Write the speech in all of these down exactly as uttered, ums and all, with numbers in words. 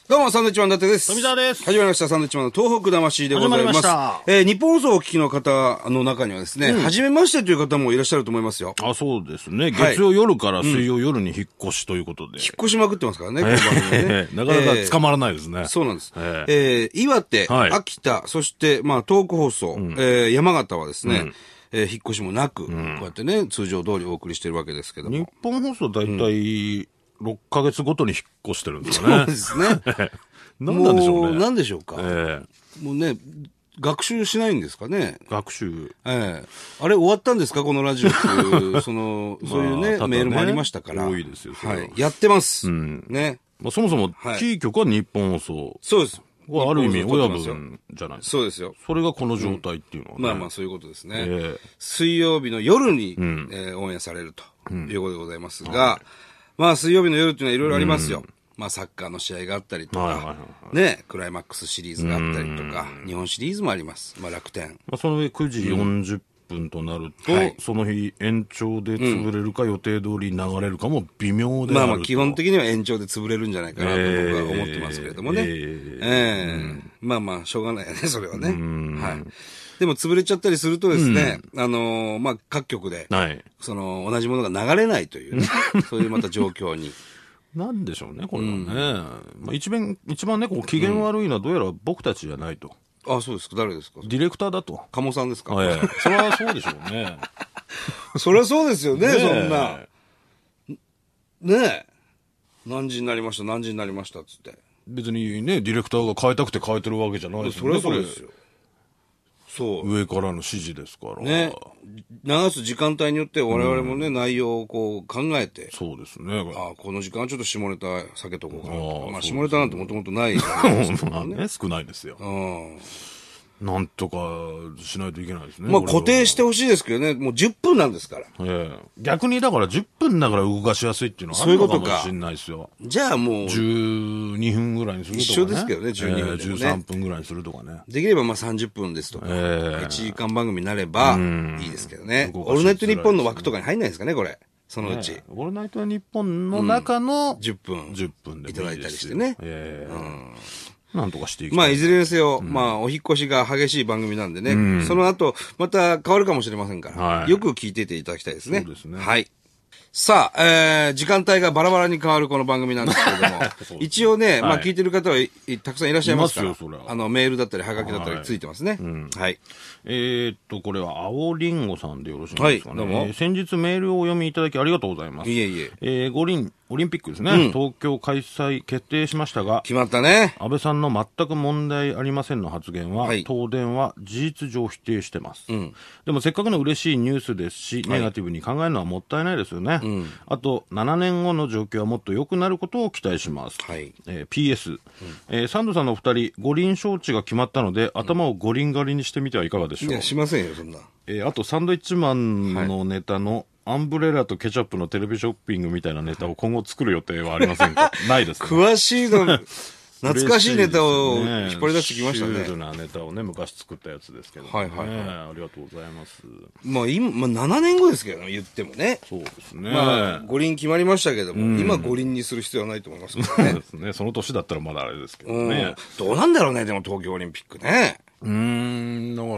どうも、サンドウィッチマン伊達です。 富澤です。 始まりました、サンドウィッチマンの東北魂でございます。始まりました。えー、日本放送をお聞きの方の中にはですね、うん、初めましてという方もいらっしゃると思いますよ。 あ、そうですね。月曜夜から水曜夜に引っ越しということで。 うん、引っ越しまくってますからね、この番組ね。 なかなか捕まらないですね。 えー、そうなんです。えー、えー、岩手、はい、秋田、そして、まあ、東北放送、うん、えー、山形はですね、うんえー、引っ越しもなく、うん、こうやってね、通常通りお送りしてるわけですけども。 日本放送だいたいろっかげつごとに引っ越してるんですよね。 そうですね。 何なんでしょうね。 何でしょうか。 ええ、もうね、学習しないんですかね。 学習。 ええ。あれ終わったんですかこのラジオっていう、その、そういうね、まあ、ねメールもありましたから。 多いですよ。 はい。やってます。うん。ね。 まあ、そもそも、キー局は日本放送。 はい、そうです。 ある意味、親分じゃないですか。 そうですよ。 それがこの状態っていうのはね。 うん、まあまあ、そういうことですね。 えー、 水曜日の夜に、うんえー、オンエアされるということでございますが、うんはい、まあ、水曜日の夜っていうのはいろいろありますよ。うんまあサッカーの試合があったりとか、はいはいはい、ね、クライマックスシリーズがあったりとか、日本シリーズもあります。まあ楽天。 まあその上くじよんじゅっぷんとなると、うんはい、その日延長で潰れるか予定通り流れるかも微妙であると、 まあまあ基本的には延長で潰れるんじゃないかなと僕は思ってますけれどもね。えー、えーえーうん、まあまあしょうがないよね、それはね。はい。でも潰れちゃったりするとですね、うん、あのー、まあ各局で、はい、その同じものが流れないというね、そういうまた状況に。 なんでしょうね、これはね。うんまあ、一番、一番ね、こう、機嫌悪いのはどうやら僕たちじゃないと。 うん、あ、そうですか。誰ですか？ ディレクターだと。 鴨さんですか？ ええ。それはそうでしょうね。 そりゃそうですよね、そんな。ねえ。何時になりました、何時になりましたっつって。 別にね、ディレクターが変えたくて変えてるわけじゃないですよね。 そりゃそうですよ。そう。 上からの指示ですから。 ね。流す時間帯によって我々もね、うん、内容をこう考えて。 そうですね。 ああ、この時間はちょっと下ネタ避けとこうかなとか。まあ、下ネタなんてもともとないじゃないですか、 ね。ね、少ないですよ。うん。なんとかしないといけないですね。 まあ固定してほしいですけどね、もうじゅっぷんなんですから。 ええ。逆にだからじゅっぷんだから動かしやすいっていうのはあるのかもしれないですよ。 じゃあもう。 じゅうにふんぐらいにするとかね。 一緒ですけどね、じゅうにふんでもね。 じゅうさんぷんぐらいにするとかね。 できればまあさんじゅっぷんですとか、ええ、いちじかん番組になればいいですけどね。オールナイトニッポンの枠とかに入んないですかね、これ。そのうち。 オールナイトニッポンの中のじゅっぷん。 じゅっぷんでいただいたりしてね。 ええ。なんとかしていきたい。 まあ、いずれにせよ、うん、まあ、お引越しが激しい番組なんでね、うん、その後、また変わるかもしれませんから、はい、よく聞いていていただきたいですね。 そうですね。 はい。さあ、えー、時間帯がバラバラに変わるこの番組なんですけれども、一応ね、はい、まあ聞いてる方はたくさんいらっしゃいますから、いますよ、それは。あの、メールだったり、はがきだったりついてますね。はい。うん、はい、 えー、っと、これは、青りんごさんでよろしいですかね。はい、どうも。えー、先日メールをお読みいただきありがとうございます。 いえいえ。 えー、五輪、オリンピックですね、うん、東京開催決定しましたが、 決まったね。 安倍さんの全く問題ありませんの発言は、はい、東電は事実上否定してます、うん、でもせっかくの嬉しいニュースですし、ネガティブに考えるのはもったいないですよね、うん、あとななねんごの状況はもっと良くなることを期待します、はいえー、ピーエス、うんえー、サンドさんのお二人五輪招致が決まったので、うん、頭を五輪狩りにしてみてはいかがでしょう。 いやしませんよそんな、 えー、あとサンドイッチマンのネタの、はいアンブレラとケチャップのテレビショッピングみたいなネタを今後作る予定はありませんか？ないですね。 詳しいの、懐かしいネタを引っ張り出してきましたね。 シュールなネタをね、昔作ったやつですけど、ね。はいはい、はい。ありがとうございます。 まあ今、まあななねんごですけどね、言ってもね。 そうですね。 まあ五輪決まりましたけども、うん、今五輪にする必要はないと思いますけどね。 そうですね。その年だったらまだあれですけどね。 うん、どうなんだろうね、でも東京オリンピックね。 うーん、だから、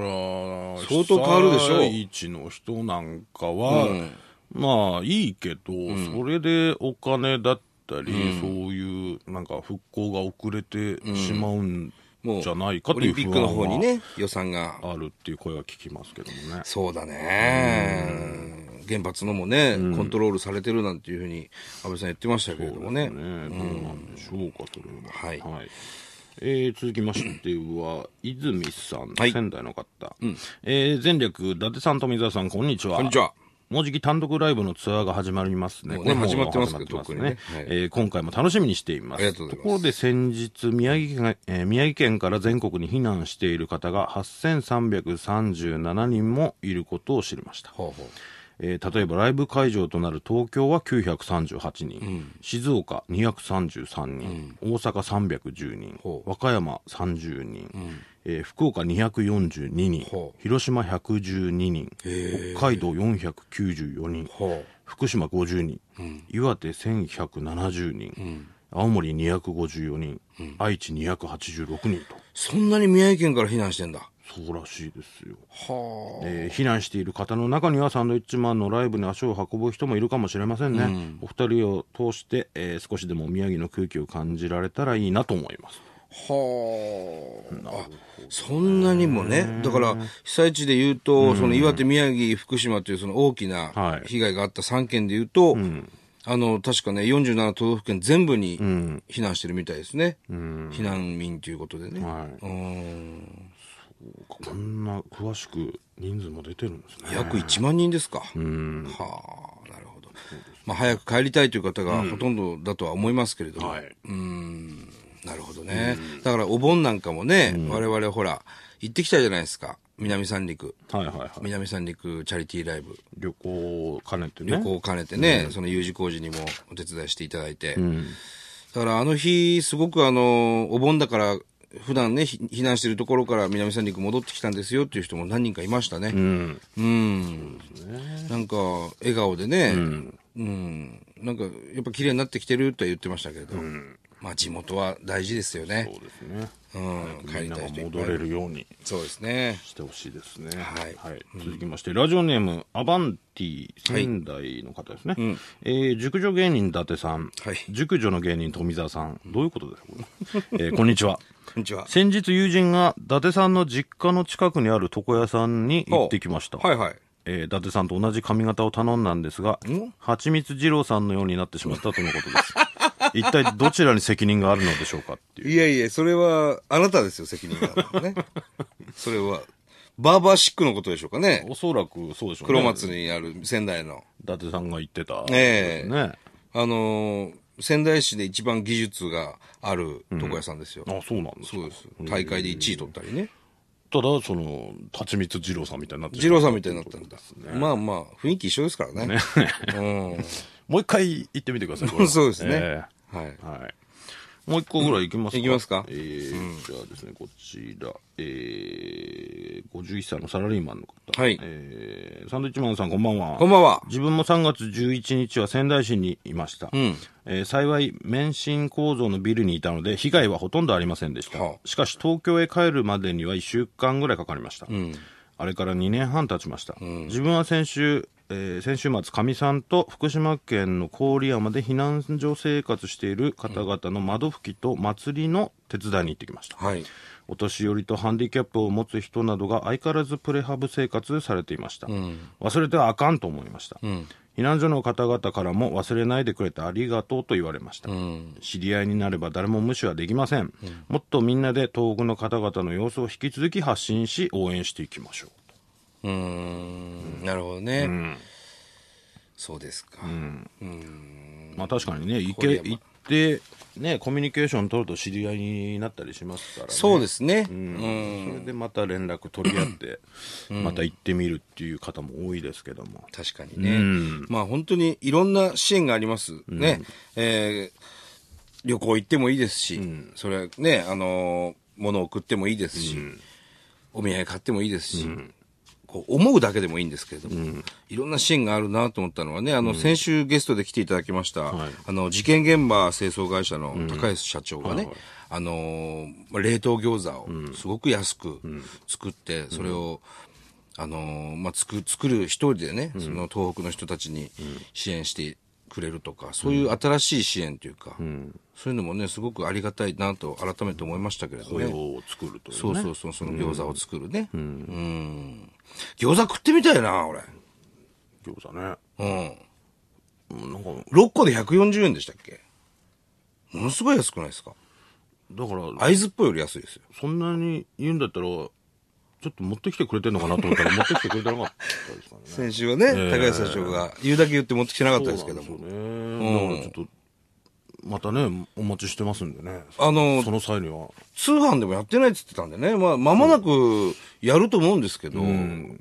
相当変わるでしょう。 被災地の人なんかは、うんまあいいけど、うん、それでお金だったり、うん、そういうなんか復興が遅れてしまうんじゃないかという不安は、 オリンピックの方にね予算があるっていう声は聞きますけどもね。 そうだね。原発のもね、うん、コントロールされてるなんていうふうに安倍さん言ってましたけれどもね。そうですね。 どうなんでしょうかそれは。はい。はいえー、続きましては泉さん、はい、仙台の方、うんえー、前略伊達さん富澤さんこんにちは。 こんにちは。 もうじき単独ライブのツアーが始まりますね。 これも始まってますけど、 特にね。はいえー、今回も楽しみにしています。 ありがとうございます。 ところで先日宮城県、えー、宮城県から全国に避難している方がはっせんさんびゃくさんじゅうななにんもいることを知りました。ほうほうえー、例えばライブ会場となる東京はきゅうひゃくさんじゅうはちにん、うん、静岡にひゃくさんじゅうさんにん、うん、大阪さんびゃくじゅうにん、和歌山さんじゅうにん、うんえー、福岡にひゃくよんじゅうににん、広島ひゃくじゅうににん、北海道よんひゃくきゅうじゅうよにん、福島ごじゅうにん、うん、岩手せんひゃくななじゅうにん、うん青森にひゃくごじゅうよにん、うん、愛知にひゃくはちじゅうろくにんと。 そんなに宮城県から避難してんだ。 そうらしいですよ。 はあ、 えー、避難している方の中にはサンドウィッチマンのライブに足を運ぶ人もいるかもしれませんね。うん、お二人を通して、えー、少しでも宮城の空気を感じられたらいいなと思います。 はあ、あ、そんなにもね。だから被災地で言うと、うん、その岩手、宮城、福島というその大きな被害があったさんけんで言うと、はい、うん、あの確かねよんじゅうなな都道府県全部に避難してるみたいですね。うん、避難民ということでね。はい、うん、 こんな詳しく人数も出てるんですね。 約いちまんにんですか。うん、はあ、なるほど。まあ、早く帰りたいという方がほとんどだとは思いますけれども、うん、はい、うん、なるほどね。だからお盆なんかもね、うん、我々ほら行ってきたじゃないですか。南三陸、はいはいはい、南三陸チャリティーライブ、 旅行を兼ねてね、 旅行を兼ねてね、うん、その U 字工事にもお手伝いしていただいて、うん、だからあの日すごくあのお盆だから普段ね避難してるところから南三陸戻ってきたんですよっていう人も何人かいましたね。うん、うん、そうですね、なんか笑顔でね、うん、うん、なんかやっぱ綺麗になってきてるとは言ってましたけど、うん、まあ地元は大事ですよね。 そうですね。 うん、帰りたい人戻れるようにそうですねしてほしいですね。 はい、 はい、続きまして、うん、ラジオネームアバンティ仙台の方ですね。はい、うん、えー、熟女芸人伊達さん、はい、熟女の芸人富澤さん、どういうことですか、えー、こんにちは。 こんにちは。 先日友人が伊達さんの実家の近くにある床屋さんに行ってきました。 はいはい、 えー、伊達さんと同じ髪型を頼んだんですが、はちみつ二郎さんのようになってしまったとのことです。一体どちらに責任があるのでしょうかっていう。 いやいや、それはあなたですよ、責任があるのね。それはバーバーシックのことでしょうかね。 おそらくそうでしょうね。 黒松にある仙台の伊達さんが言ってた、 ええね、あのー、仙台市で一番技術がある床屋さんですよ。 うん、あ、そうなんですか。 そうです。大会でいちい取ったりね。 ただそのはちみつ二郎さんみたいになって二郎さんみたいになったんだ、ね、まあまあ雰囲気一緒ですからね。ねうん、もう一回行ってみてください。 そうですね。えー、はい、はい。 もう一個ぐらい行きますか。 行きますか。 えーうん、じゃあですね、こちら、えー、ごじゅういっさいのサラリーマンの方。はい。えー、サンドウィッチマンさんこんばんは。 こんばんは。 自分もさんがつじゅういちにちは仙台市にいました。うん。えー、幸い、免震構造のビルにいたので、被害はほとんどありませんでした。はあ、しかし、東京へ帰るまでにはいっしゅうかんぐらいかかりました。うん。あれからにねんはん経ちました。うん、自分は先週、えー、先週末、かみさんと福島県の郡山で避難所生活している方々の窓拭きと祭りの手伝いに行ってきました。はい、お年寄りとハンディキャップを持つ人などが相変わらずプレハブ生活されていました。うん、忘れてはあかんと思いました。うん、避難所の方々からも忘れないでくれてありがとうと言われました。うん、知り合いになれば誰も無視はできません。うん、もっとみんなで東北の方々の様子を引き続き発信し応援していきましょう。 うーん、なるほどね。うん、そうですか。うん、 うーん、まあ確かにね、行け行ってねコミュニケーション取ると知り合いになったりしますからね。 そうですね。 うん、うん、それでまた連絡取り合って、うん、また行ってみるっていう方も多いですけども。 確かにね。うん、まあ本当にいろんな支援がありますね。うん、えー、旅行行ってもいいですし、うん、それはねあの物を送ってもいいですし、うん、お土産買ってもいいですし。うん、こう思うだけでもいいんですけれども、うん、いろんなシーンがあるなと思ったのはね、あの、うん、先週ゲストで来ていただきました、はい、あの、事件現場清掃会社の高安社長がね、うんはいはい、あの、冷凍餃子をすごく安く作って、うん、それを、あの、まあ、作、作る一人でね、うん、その東北の人たちに支援してくれるとか、そういう新しい支援というか、うん、そういうのもね、すごくありがたいなと改めて思いましたけれどね。 雇用を作るというね。 そうそうそう、その餃子を作るね。うん。うん、餃子食ってみたいな、俺。 餃子ね。 うん。なんかろっこでひゃくよんじゅうえんでしたっけ？ものすごい安くないですか？ だから、 会津っぽいより安いですよ。 そんなに言うんだったら、ちょっと持ってきてくれてんのかなと思ったら持ってきてくれてなかったですからね。 先週はね、えー、高安社長が言うだけ言って持ってきてなかったですけども。そうなんですよね。 うん、だからちょっと、またね、お待ちしてますんでね。あの、その際には。 通販でもやってないって言ってたんでね。まあ、間もなくやると思うんですけど。うん、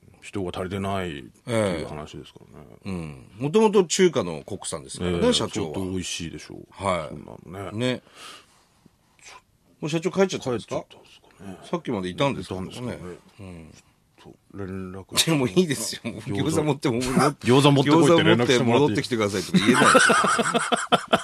人が足りてないっていう話ですからね。 えー、うん。もともと中華のコックさんですからね、えー、社長は。 ちょっと美味しいでしょう。 はい。 そんなのね。 ね。もう社長帰っちゃったんですか？帰っちゃったんですかね。さっきまでいたんですかね。 いたんですかね。うん。連絡でもいいですよ。餃子持っても餃子持ってこいって連絡してもらって餃子持って戻ってきてくださいとか言えないでしょ。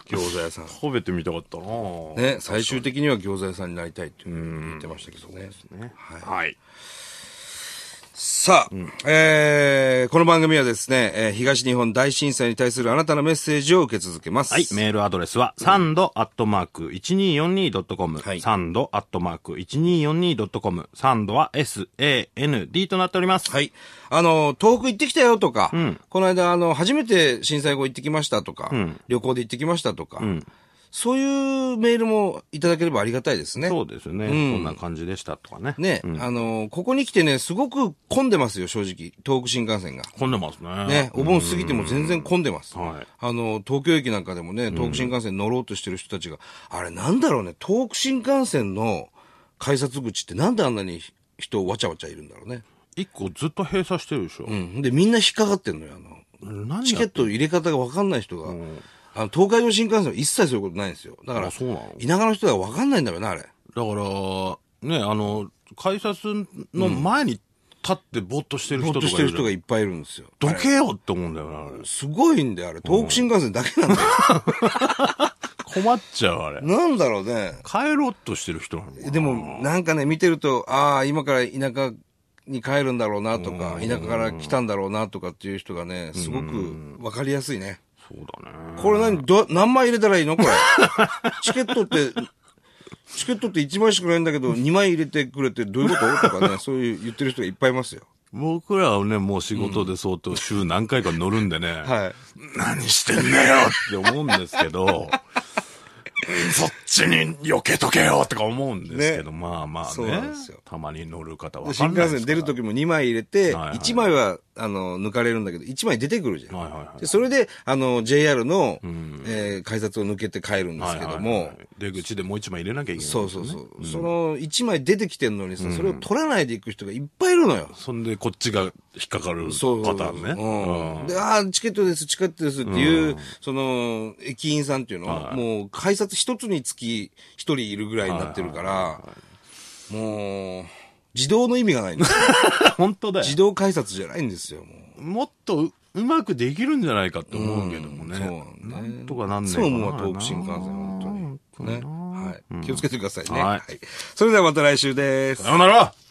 餃子屋さん。 食べてみたかったなね、最終的には餃子屋さんになりたいって言ってましたけどね。 ね。 はい。 はい。 さあ、うん、えー、この番組はですね、えー、東日本大震災に対するあなたのメッセージを受け続けます。 はい、メールアドレスは、サンドアットマーク いちにーよんにードットコム、はい、サンドアットマーク いちにーよんにードットコム、サンドは エスエーエヌディー となっております。 はい。あの、東北行ってきたよとか、うん、この間、あの、初めて震災後行ってきましたとか、うん、旅行で行ってきましたとか、うん、そういうメールもいただければありがたいですね。 そうですね。うん、こんな感じでしたとかね。 ね、うん、あの、ここに来てね、すごく混んでますよ、正直。東北新幹線が。 混んでますね。 ね、お盆過ぎても全然混んでます。はい。あの、東京駅なんかでもね、東北新幹線乗ろうとしてる人たちが、あれなんだろうね、東北新幹線の改札口ってなんであんなに人わちゃわちゃいるんだろうね。 一個ずっと閉鎖してるでしょ。 うん。で、みんな引っかかってんのよ、あの、チケット入れ方がわかんない人が。うんあの、東海道新幹線は一切そういうことないんですよ。だから、そうなの田舎の人は分かんないんだよな、あれ。だから、ね、あの、改札の前に立ってぼーっとしてる人とかいる、ぼーっとしてる人がいっぱいいるんですよ。 どけよって思うんだよな、あれ。 すごいんだよ、あれ。東北新幹線だけなんだよ。 困っちゃう、あれ。 なんだろうね。 帰ろうとしてる人なのでも、なんかね、見てると、ああ、今から田舎に帰るんだろうなとか、田舎から来たんだろうなとかっていう人がね、すごく分かりやすいね。 そうだね。 これ何、ど、何枚入れたらいいのこれ。チケットって、チケットっていちまいしかないんだけど、にまい入れてくれてどういうこととかね、そういう言ってる人がいっぱいいますよ。 僕らはね、もう仕事で相当週何回か乗るんでね、うん、はい。何してんだよって思うんですけど、そっちに避けとけよとか思うんですけど、ね、まあまあね。そうなんですよ。たまに乗る方は。 新幹線出るときもにまい入れて、はいはい、いちまいは、あの、抜かれるんだけど、いちまい出てくるじゃん。はいはいはい、でそれで、あの、ジェイアール の、うんえー、改札を抜けて帰るんですけども、はいはいはい、 出口でもういちまい入れなきゃいけない、ね。 そうそうそう。うん、そのいちまい出てきてんのにさ、それを取らないでいく人がいっぱいいるのよ。 そんで、こっちが引っかかるパターンね。 うんうん、で、ああ、チケットです、チケットですっていう、うん、その、駅員さんっていうのは、はい、もう、改札一つにつき一人いるぐらいになってるから、はいはいはいはい、もう、自動の意味がないんですよ。 本当だよ。 自動改札じゃないんですよ、もう。もっとう、うまくできるんじゃないかって思うけどもね。うん、そうね。なんとかなんねえかな。 そう思うわ、東北新幹線、本当に。ね。はい。気をつけてくださいね。はい。はい、それではまた来週です。 さようなら。